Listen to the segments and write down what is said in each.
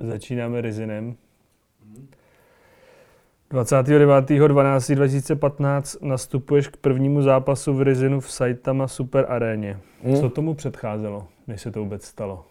začínáme Rizinem. 29.12.2015 nastupuješ k prvnímu zápasu v Rizinu v Saitama Super Aréně. Co tomu předcházelo, než se to vůbec stalo?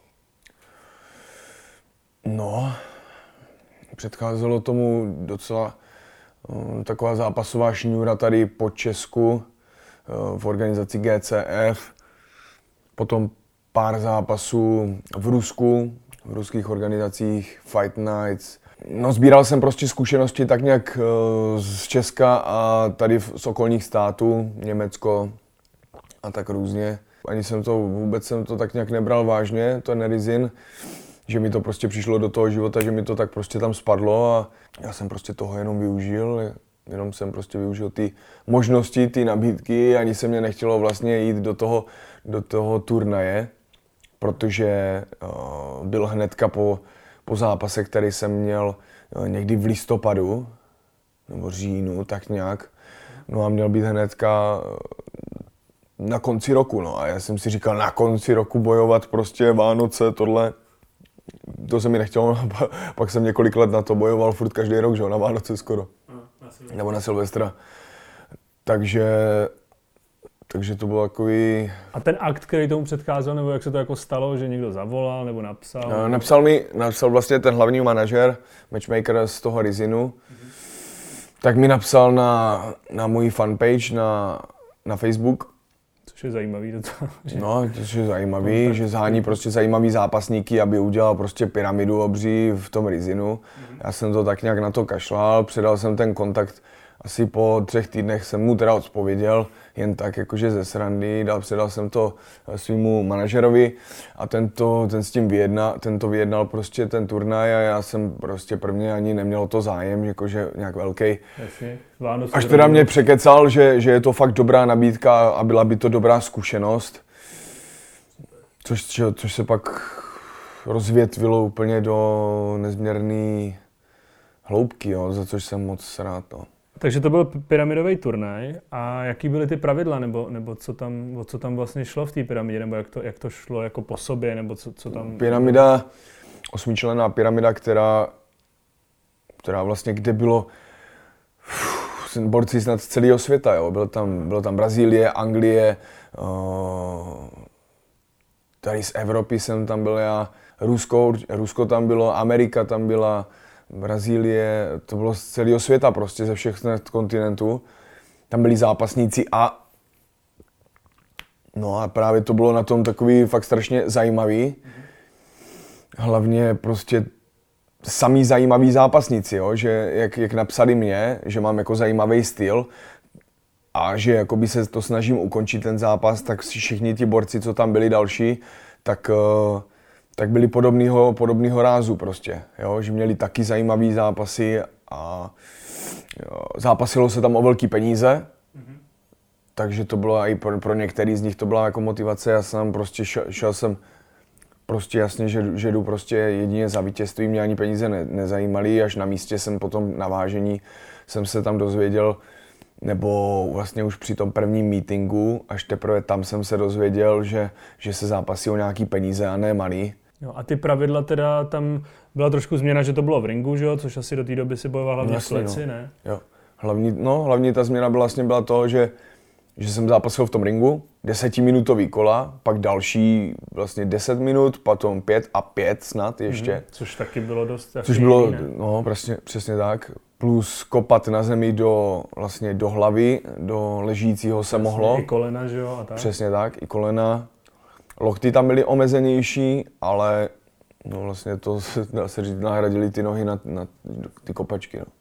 No, předcházelo tomu docela taková zápasová šňůra tady po Česku v organizaci GCF. Potom pár zápasů v Rusku, v ruských organizacích, Fight Nights. No, sbíral jsem prostě zkušenosti tak nějak z Česka a tady z okolních států, Německo a tak různě. Ani vůbec jsem to tak nějak nebral vážně, ten Rizin, že mi to prostě přišlo do toho života, že mi to tak prostě tam spadlo a já jsem prostě toho jenom využil. Jenom jsem prostě využil ty možnosti, ty nabídky, ani se mě nechtělo vlastně jít do toho turnaje, protože byl hnedka po zápase, který jsem měl někdy v listopadu, nebo říjnu, tak nějak. No a měl být hnedka na konci roku, no. A já jsem si říkal, na konci roku bojovat prostě Vánoce, tohle. To se mi nechtělo, pak jsem několik let na to bojoval, furt každý rok, že? Na Vánoce skoro. Nebo na Silvestra. Takže to bylo takový... A ten akt, který tomu předcházel, nebo jak se to jako stalo, že někdo zavolal nebo napsal? Napsal vlastně ten hlavní manažer, matchmaker z toho Rizinu. Tak mi napsal na můj fanpage na Facebook. Což je zajímavý docela. No, což je zajímavý, že zhání prostě zajímavý zápasníky, aby udělal prostě pyramidu obří v tom Rizinu. Já jsem to tak nějak na to kašlal, předal jsem ten kontakt. Asi po 3 týdnech jsem mu teda odpověděl, jen tak jakože ze srandy, předal jsem to svýmu manažerovi a ten s tím vyjednal prostě ten turnaj a já jsem prostě prvně ani neměl to zájem, jakože nějak velký. Až teda mě překecal, že je to fakt dobrá nabídka a byla by to dobrá zkušenost, což se pak rozvětvilo úplně do nezměrné hloubky, jo, za což jsem moc rád. No. Takže to byl pyramidový turnaj a jaký byly ty pravidla, nebo co tam vlastně šlo v té pyramidě, nebo jak to šlo jako po sobě, nebo co tam... Pyramida, 8členná pyramida, která vlastně, kde bylo borci snad z celého světa, jo. Bylo tam Brazílie, Anglie, tady z Evropy jsem tam byl já, Rusko tam bylo, Amerika tam byla, Brazílie, to bylo z celého světa prostě, ze všech kontinentů. Tam byli zápasníci a právě to bylo na tom takový fakt strašně zajímavý. Hlavně prostě samý zajímaví zápasníci, jo? Že jak napsali mě, že mám jako zajímavý styl a že jakoby se to snažím ukončit ten zápas, tak všichni ti borci, co tam byli další, tak byli podobného rázu prostě, jo? Že měli taky zajímavý zápasy a zápasilo se tam o velký peníze, takže to bylo i pro některý z nich to byla jako motivace. Já jsem prostě šel jsem prostě jasně, že jdu prostě jedině za vítězství, mě ani peníze nezajímaly, až na místě jsem potom na vážení jsem se tam dozvěděl, nebo vlastně už při tom prvním meetingu, až teprve tam jsem se dozvěděl, že se zápasí o nějaký peníze a ne malý. Jo, a ty pravidla teda, tam byla trošku změna, že to bylo v ringu, že jo? Což asi do té doby si bojoval hlavně v kleci, ne? Jo. Hlavní ta změna byla toho, že jsem zápasil v tom ringu, 10minutový kola, pak další vlastně 10 minut, potom 5 a 5 snad ještě. Což taky bylo dost Což bylo, přesně tak. Plus kopat na zemi do hlavy, do ležícího se mohlo. I kolena, že jo? A tak. Přesně tak, i kolena. Lokty tam byly omezenější, ale vlastně to dá se říct, nahradili ty nohy na ty kopačky. No.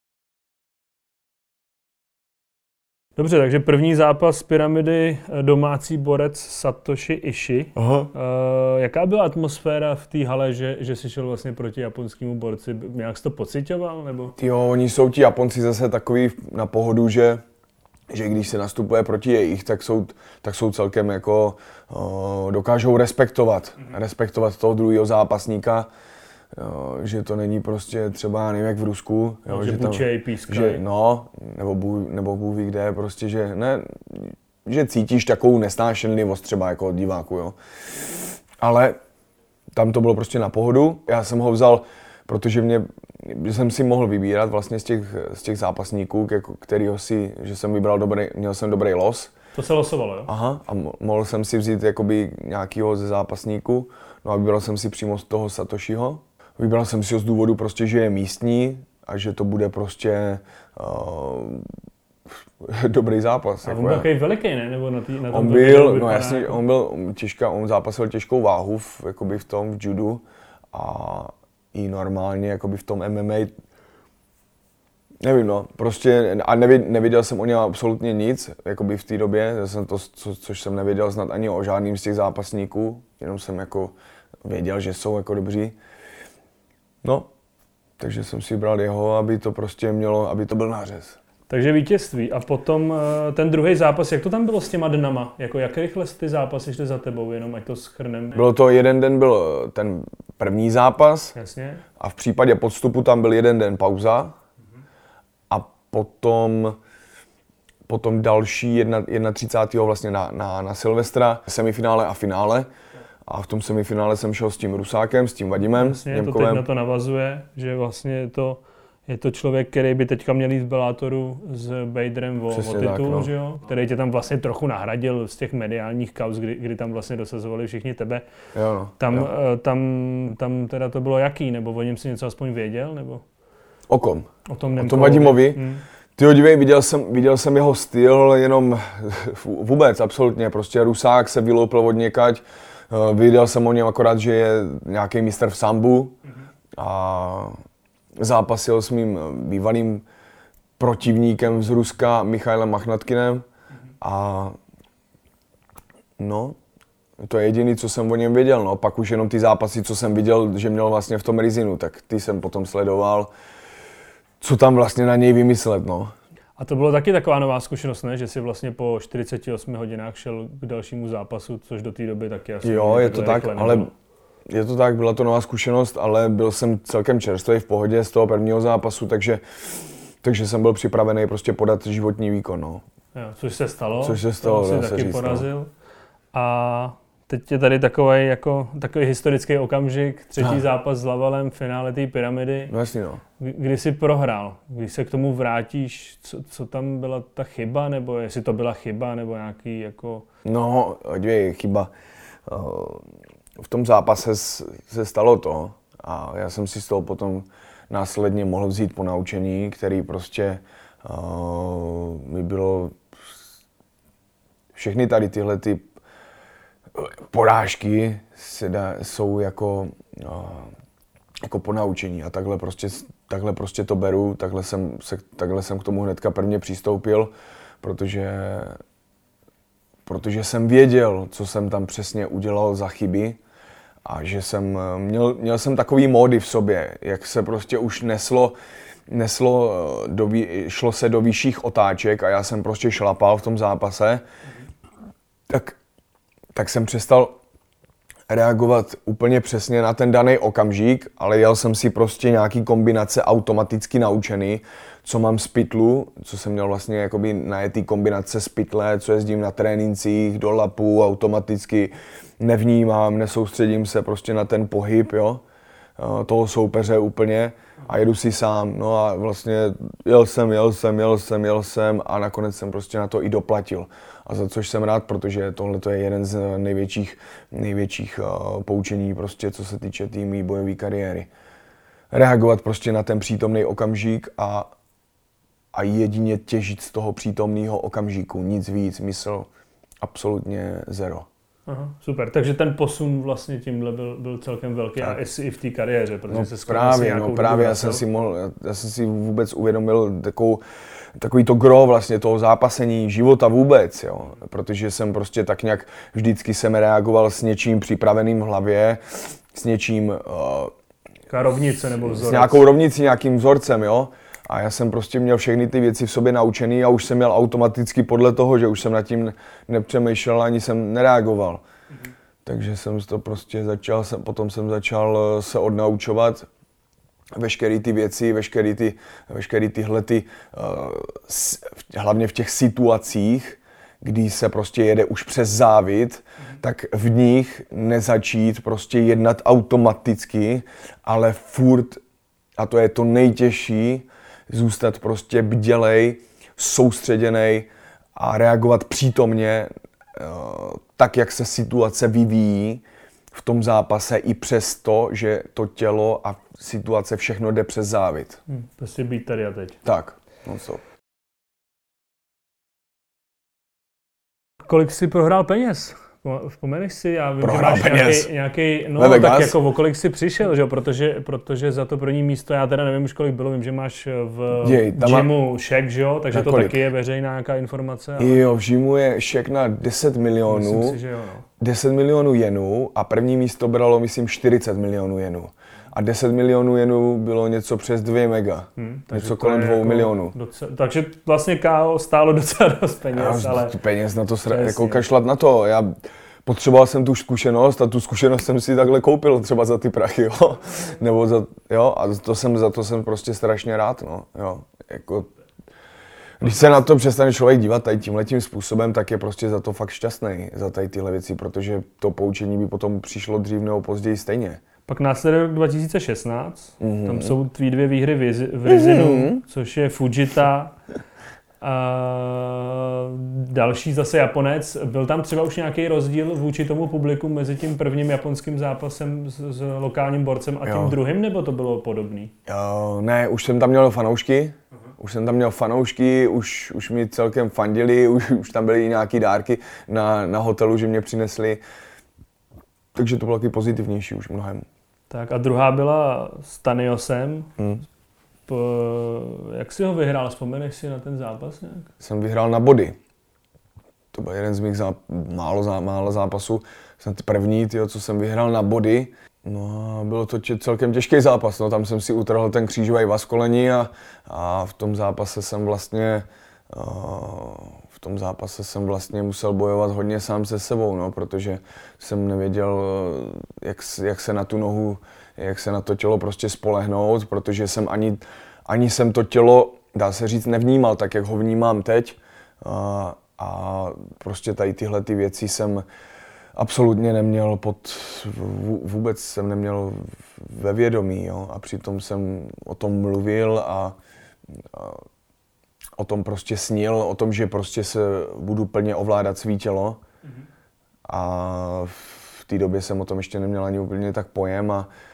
Dobře, takže první zápas pyramidy, domácí borec Satoshi Ishii. Jaká byla atmosféra v té hale, že jsi šel vlastně proti japonskému borci? Nějak jsi to pocitoval? Nebo? Jo, oni jsou ti Japonci zase takový na pohodu, že když se nastupuje proti jejich, tak jsou celkem jako dokážou respektovat toho druhého zápasníka. Že to není prostě třeba, nevím jak v Rusku. Jo, že bučej, pískaj. Nebo Bůh ví kde, prostě, že cítíš takovou nesnášenlivost třeba jako od diváku, jo. Ale tam to bylo prostě na pohodu. Já jsem ho vzal, protože jsem si mohl vybírat vlastně z těch zápasníků, že jsem vybral měl jsem dobrý los. To se losovalo, jo? Aha, a mohl jsem si vzít jakoby nějakýho ze zápasníků, no a vybral jsem si přímo z toho Satoshiho. Vybral jsem si ho z důvodu prostě, že je místní a že to bude prostě dobrý zápas. A on byl takový veliký, ne? Nebo na tom on byl, no jasně, jako... on zápasil těžkou váhu v judu a i normálně jakoby v tom MMA. Nevím, no, prostě a nevěděl jsem o něm absolutně nic, jakoby v té době, což jsem nevěděl snad ani o žádným z těch zápasníků, jenom jsem jako věděl, že jsou jako dobří. No, takže jsem si vybral jeho, aby to prostě aby to byl nářez. Takže vítězství. A potom ten druhý zápas, jak to tam bylo s těma dnama? Jako jak rychle ty zápasy šly za tebou, jenom ať to shrnem? Bylo to jeden den, byl ten první zápas. Jasně. A v případě podstupu tam byl jeden den pauza. A potom další 31. vlastně na Silvestra, semifinále a finále. A v tom semifinále jsem šel s tím Rusákem, s tím Vadimem. Vlastně to teď na to navazuje, že vlastně je to člověk, který by teďka měl jít v Bellatoru s Baderem o titul, tak, no. Že jo? Který tě tam vlastně trochu nahradil z těch mediálních kauz, kdy tam vlastně dosazovali všichni tebe. Jo, no. Tam teda to bylo jaký? Nebo o něm si něco aspoň věděl? Nebo? O kom? O tom Vadimovi? Tyjo, dívej, viděl jsem jeho styl jenom vůbec, absolutně. Prostě Rusák se vyloupil od někať. Viděl jsem o něm akorát, že je nějaký mistr v sambu a zápasil s mým bývalým protivníkem z Ruska Michailem Machnatkinem a no, to je jediné, co jsem o něm věděl. No. Pak už jenom ty zápasy, co jsem viděl, že měl vlastně v tom Rizinu, tak ty jsem potom sledoval, co tam vlastně na něj vymyslet. No. A to bylo taky taková nová zkušenost, ne? Že jsi vlastně po 48 hodinách šel k dalšímu zápasu, což do té doby taky asi... Jo, je to tak, ale je to tak, byla to nová zkušenost, ale byl jsem celkem čerstvý v pohodě z toho prvního zápasu, takže jsem byl připravený prostě podat životní výkon. No. Jo, což se stalo, to taky porazil. No. A teď je tady takový historický okamžik, třetí zápas s Lavalem v finále té pyramidy. No jasně, no. Kdy jsi prohrál, když se k tomu vrátíš, co tam byla ta chyba, nebo jestli to byla chyba, nebo nějaký jako... No, chyba. V tom zápase se stalo to a já jsem si z toho potom následně mohl vzít ponaučení, který prostě mi bylo... Všechny tady tyhle ty porážky jsou jako ponaučení a takhle prostě to beru, takhle jsem k tomu hnedka prvně přistoupil, protože jsem věděl, co jsem tam přesně udělal za chyby a že měl jsem takový módy v sobě, jak se prostě už šlo se do vyšších otáček a já jsem prostě šlapal v tom zápase, tak jsem přestal reagovat úplně přesně na ten daný okamžik, ale jel jsem si prostě nějaký kombinace automaticky naučený, co mám z pytlu, co jsem měl vlastně jakoby najetý kombinace z pytle, co jezdím na trénincích, do lapu, automaticky nevnímám, nesoustředím se prostě na ten pohyb, jo, toho soupeře úplně a jedu si sám, no a vlastně jel jsem a nakonec jsem prostě na to i doplatil. A za což jsem rád, protože tohle je jeden z největších poučení, prostě, co se týče té mý bojové kariéry. Reagovat prostě na ten přítomný okamžik a jedině těžit z toho přítomného okamžiku. Nic víc, mysl absolutně zero. Aha, super, takže ten posun vlastně tímhle byl celkem velký a i v té kariéře, protože se právě já jsem si vůbec uvědomil takový to gro vlastně toho zápasení života vůbec, jo. Protože jsem prostě tak nějak vždycky jsem reagoval s něčím připraveným v hlavě, s něčím... rovnice nebo vzorec. S nějakou rovnicí, nějakým vzorcem, jo. A já jsem prostě měl všechny ty věci v sobě naučený a už jsem měl automaticky podle toho, že už jsem nad tím nepřemýšlel, ani jsem nereagoval. Takže jsem to prostě potom jsem začal se odnaučovat veškeré ty věci, veškeré tyhle hlavně v těch situacích, kdy se prostě jede už přes závit, tak v nich nezačít prostě jednat automaticky, ale furt, a to je to nejtěžší, zůstat prostě bdělej, soustředěnej a reagovat přítomně tak, jak se situace vyvíjí v tom zápase i přesto, že to tělo a situace všechno jde přes závit. Prostě být tady a teď. Tak, no co. Kolik jsi prohrál peněz? Vzpomeneš si? Já vím, prohrál že máš nějaký no tak jako o kolik jsi přišel, že? Protože za to první místo, já teda nevím už kolik bylo, vím, že máš v gymu šek, že jo? Takže to taky je veřejná nějaká informace. Ale... Jo, v gymu je šek na 10 milionů. Myslím si, že jo, no. 10 milionů jenů a první místo bralo, myslím, 40 milionů jenů. A 10 milionů jenů bylo něco přes 2 mega. Něco kolem 2 milionů. Takže vlastně KO stálo docela dost peněz, ale... Peněz na to jako kašlat na to. Já potřeboval jsem tu zkušenost a tu zkušenost jsem si takhle koupil třeba za ty prachy, jo. Nebo a za to jsem prostě strašně rád, no. Jo. Jako, když se na to přestane člověk dívat tady tímhletím způsobem, tak je prostě za to fakt šťastný, za tady tyhle věci, protože to poučení by potom přišlo dřív nebo později stejně. Pak následuje rok 2016, tam jsou tvý 2 výhry v Rizinu, což je Fujita a další zase Japonec. Byl tam třeba už nějaký rozdíl vůči tomu publiku mezi tím prvním japonským zápasem s lokálním borcem a tím druhým, nebo to bylo podobný? Ne, už jsem tam měl fanoušky. Už mi celkem fandili, už tam byly nějaký dárky na hotelu, že mě přinesli. Takže to bylo taky pozitivnější už mnohem. Tak a druhá byla s Taniosem. Jak jsi ho vyhrál? Vzpomeneš si na ten zápas nějak? Jsem vyhrál na body. To byl jeden z mých málo zápasů. Jsem první, co jsem vyhrál na body. No a bylo to celkem těžký zápas. No, tam jsem si utrhl ten křížový vaz kolení a v tom zápase jsem vlastně musel bojovat hodně sám se sebou, no, protože jsem nevěděl, jak se na tu nohu, jak se na to tělo prostě spolehnout, protože jsem ani jsem to tělo, dá se říct, nevnímal tak, jak ho vnímám teď. A prostě tady tyhle ty věci jsem absolutně neměl vůbec jsem neměl ve vědomí, jo, a přitom jsem o tom mluvil a o tom prostě snil, o tom, že prostě se budu plně ovládat svý tělo. A v té době jsem o tom ještě neměl ani úplně tak pojem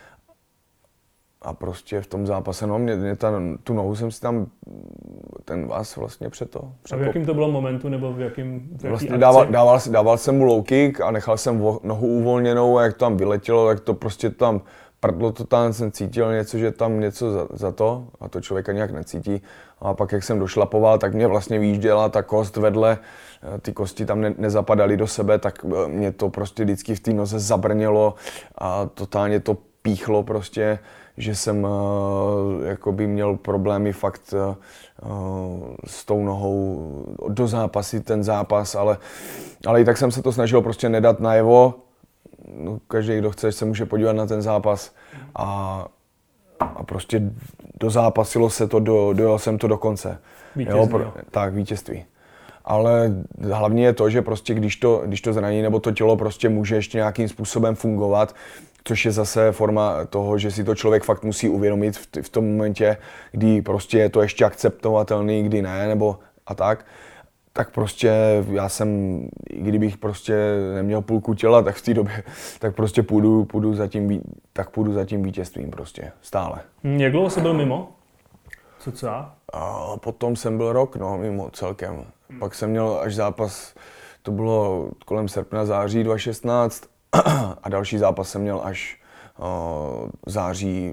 a prostě v tom zápase, no, tu nohu jsem si tam ten vás vlastně překopl. A v jakém to bylo momentu, nebo v jaký vlastně dával jsem mu low kick a nechal jsem nohu uvolněnou a jak to tam vyletělo, tak to prostě tam prdlo totálně, jsem cítil že tam něco za to a to člověka nějak necítí. A pak jak jsem došlapoval, tak mě vlastně výjížděla ta kost vedle, ty kosti tam nezapadaly do sebe, tak mě to prostě vždycky v té noze zabrnělo a totálně to píchlo prostě, že jsem jakoby měl problémy fakt s tou nohou dozápasit ten zápas, ale i tak jsem se to snažil prostě nedat najevo. No, každý, kdo chce, se může podívat na ten zápas a prostě dozápasilo se to, dojel jsem to do konce. Tak, vítězství. Ale hlavně je to, že prostě když to zraní nebo to tělo prostě může ještě nějakým způsobem fungovat, což je zase forma toho, že si to člověk fakt musí uvědomit v tom momentě, kdy prostě je to ještě akceptovatelný, kdy ne, nebo a tak prostě já jsem, i kdybych prostě neměl půlku těla, tak v té době, tak prostě půjdu za tím vítězstvím prostě, stále. Jak dlouho jsi byl mimo? Co? A potom jsem byl rok, mimo celkem. Pak jsem měl až zápas, to bylo kolem srpna, září 2016 a další zápas jsem měl až září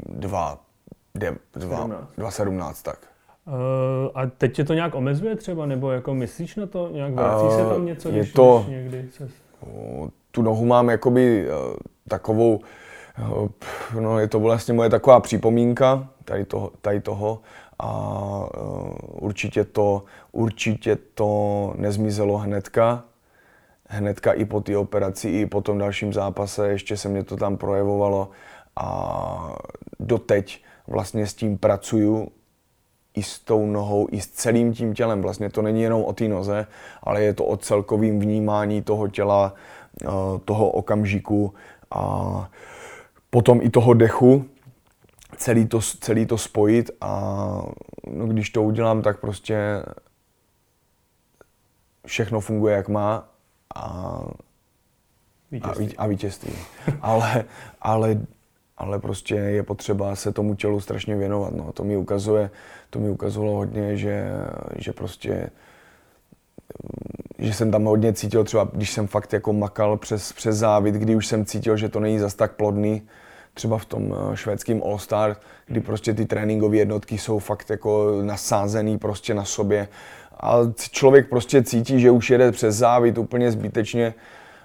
2017, tak. A teď tě to nějak omezuje třeba, nebo jako myslíš na to, nějak vrací se tam něco, když někdy se... Tu nohu mám jakoby takovou, no je to vlastně moje taková připomínka tady toho a určitě to nezmizelo hnedka i po té operaci, i po tom dalším zápase, ještě se mě to tam projevovalo a doteď vlastně s tím pracuju, i s tou nohou, i s celým tím tělem. Vlastně to není jenom o té noze, ale je to o celkovém vnímání toho těla toho okamžiku a potom i toho dechu, celý to spojit a no, když to udělám, tak prostě všechno funguje jak má a vítězství. Ale prostě je potřeba se tomu tělu strašně věnovat. No. To mi ukazovalo hodně, že prostě že jsem tam hodně cítil, třeba když jsem fakt jako makal přes závit, kdy už jsem cítil, že to není zas tak plodný, třeba v tom švédském All Star, kdy prostě ty tréninkové jednotky jsou fakt jako nasázený prostě na sobě a člověk prostě cítí, že už jede přes závit úplně zbytečně,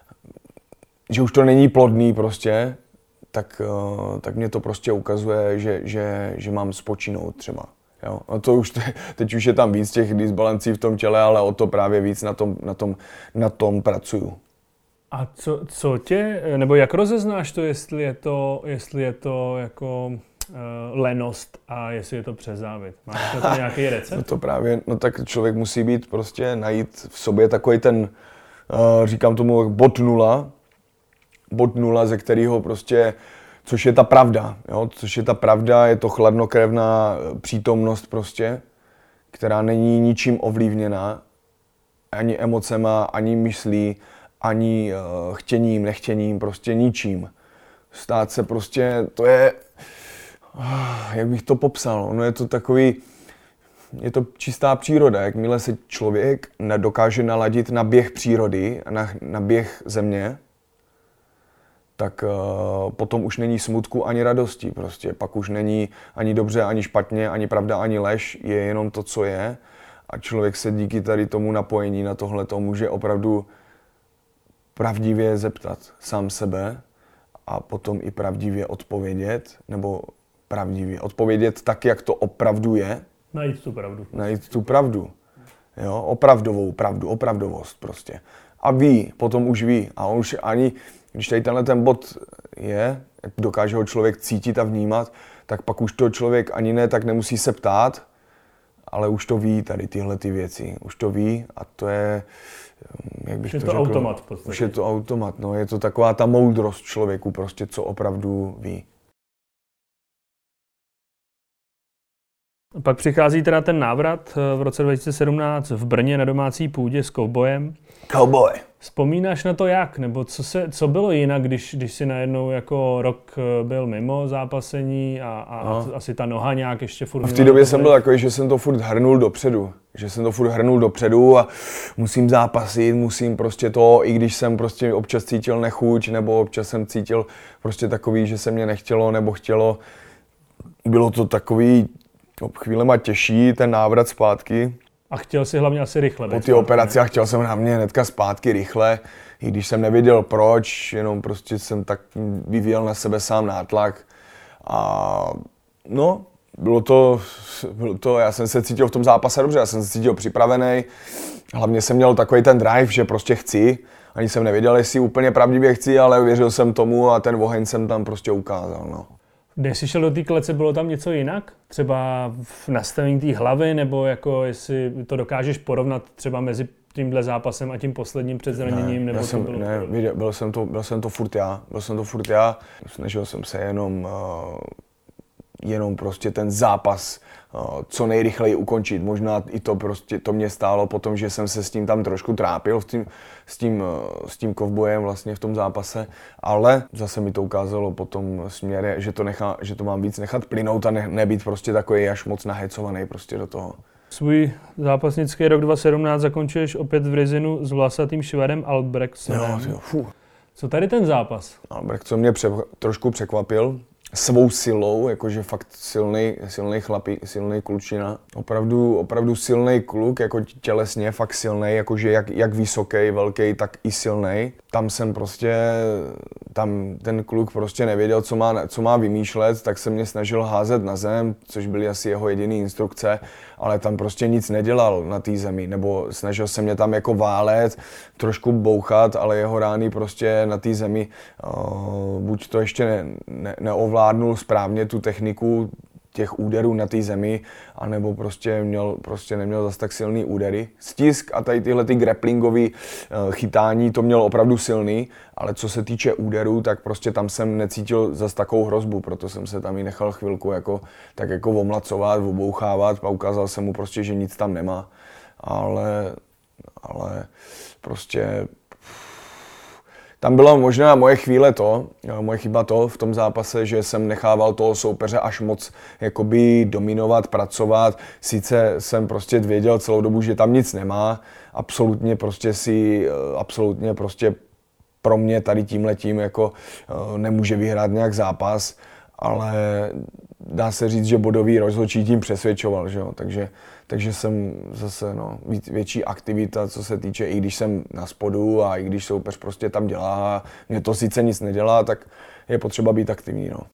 že už to není plodný prostě, tak mě to prostě ukazuje, že mám spočinout třeba. Jo? A to už teď už je tam víc těch disbalancí v tom těle, ale o to právě víc na tom pracuju. A co tě, nebo jak rozeznáš to, jestli je to jako lenost a jestli je to přes závit? Máš na to nějaký recept? No to právě, no tak člověk musí být prostě najít v sobě takový ten, říkám tomu bod nula, ze kterého prostě, což je ta pravda, jo? Což je ta pravda, je to chladnokrevná přítomnost prostě, která není ničím ovlivněná, ani emocema, ani myslí, ani chtěním, nechtěním, prostě ničím. Stát se prostě, to je, jak bych to popsal, no je to takový, je to čistá příroda, jakmile se člověk dokáže naladit na běh přírody, na běh země, tak potom už není smutku ani radosti prostě, pak už není ani dobře, ani špatně, ani pravda, ani lež, je jenom to, co je a člověk se díky tady tomu napojení na tohleto může opravdu pravdivě zeptat sám sebe a potom i pravdivě odpovědět, nebo pravdivě odpovědět tak, jak to opravdu je. Najít tu pravdu. Jo, opravdovou pravdu, opravdovost prostě. A potom už ví. A on už ani, když tady tenhle ten bod je, dokáže ho člověk cítit a vnímat, tak pak už to člověk ani ne, tak nemusí se ptát, ale už to ví tady tyhle ty věci. Už to ví a to je, jak bych to řekl, automat v podstatě. Už je to automat, no, je to taková ta moudrost člověku prostě, co opravdu ví. Pak přichází teda ten návrat v roce 2017 v Brně na domácí půdě s Cowboyem. Cowboy. Vzpomínáš na to jak? Nebo co bylo jinak, když si najednou jako rok byl mimo zápasení a asi ta noha nějak ještě furt... V té době jsem byl takový, že jsem to furt hrnul dopředu. A musím zápasit, musím prostě to, i když jsem prostě občas cítil nechuť, nebo občas jsem cítil prostě takový, že se mě nechtělo nebo chtělo. Bylo to takový chvílema těžší, ten návrat zpátky. A chtěl si hlavně asi rychle. Po té operaci a chtěl jsem hlavně hnedka zpátky rychle, i když jsem nevěděl proč, jenom prostě jsem tak vyvíjel na sebe sám nátlak. A no, bylo to, já jsem se cítil v tom zápase dobře, já jsem se cítil připravený. Hlavně jsem měl takový ten drive, že prostě chci. Ani jsem nevěděl, jestli úplně pravdivě chci, ale věřil jsem tomu a ten oheň jsem tam prostě ukázal. No. Když jsi šel do té klece, bylo tam něco jinak? Třeba v nastavení té hlavy, nebo jako jestli to dokážeš porovnat třeba mezi tímhle zápasem a tím posledním před zraněním? Byl jsem to furt já. Snažil jsem se jenom prostě ten zápas co nejrychleji ukončit. Možná i to prostě to mě stálo potom, že jsem se s tím tam trošku trápil s tím Cowboyem vlastně v tom zápase, ale zase mi to ukázalo potom směr, že to mám víc nechat plynout a nebýt prostě takový až moc nahecovaný prostě do toho. Svůj zápasnický rok 2017 zakončuješ opět v Rizinu s vlasatým Švédem Albrechtsonem. Co tady ten zápas? Albrechtson mě trošku překvapil svou silou, jakože fakt silný klučina. Opravdu silný kluk, jako tělesně fakt silný, jakože jak vysoký, velký, tak i silný. Tam ten kluk prostě nevěděl, co má vymýšlet, tak se mě snažil házet na zem, což byly asi jeho jediný instrukce, ale tam prostě nic nedělal na té zemi, nebo snažil se mě tam jako válet, trošku bouchat, ale jeho rány prostě na té zemi buď to ještě neovládnul správně tu techniku těch úderů na té zemi, anebo prostě neměl zas tak silný údery. Stisk a tady tyhle ty grapplingový chytání to měl opravdu silný, ale co se týče úderů, tak prostě tam jsem necítil zas takovou hrozbu, proto jsem se tam i nechal chvilku tak omlacovat, obouchávat a ukázal jsem mu prostě, že nic tam nemá. Ale prostě tam byla možná moje chyba v tom zápase, že jsem nechával toho soupeře až moc jakoby dominovat, pracovat. Sice jsem prostě věděl celou dobu, že tam nic nemá, absolutně prostě pro mě tady tímhletím jako nemůže vyhrát nějak zápas, ale dá se říct, že bodový rozhodčí tím přesvědčoval, že jo? Takže jsem zase větší aktivita, co se týče, i když jsem na spodu a i když soupeř prostě tam dělá, mě to sice nic nedělá, tak je potřeba být aktivní. No.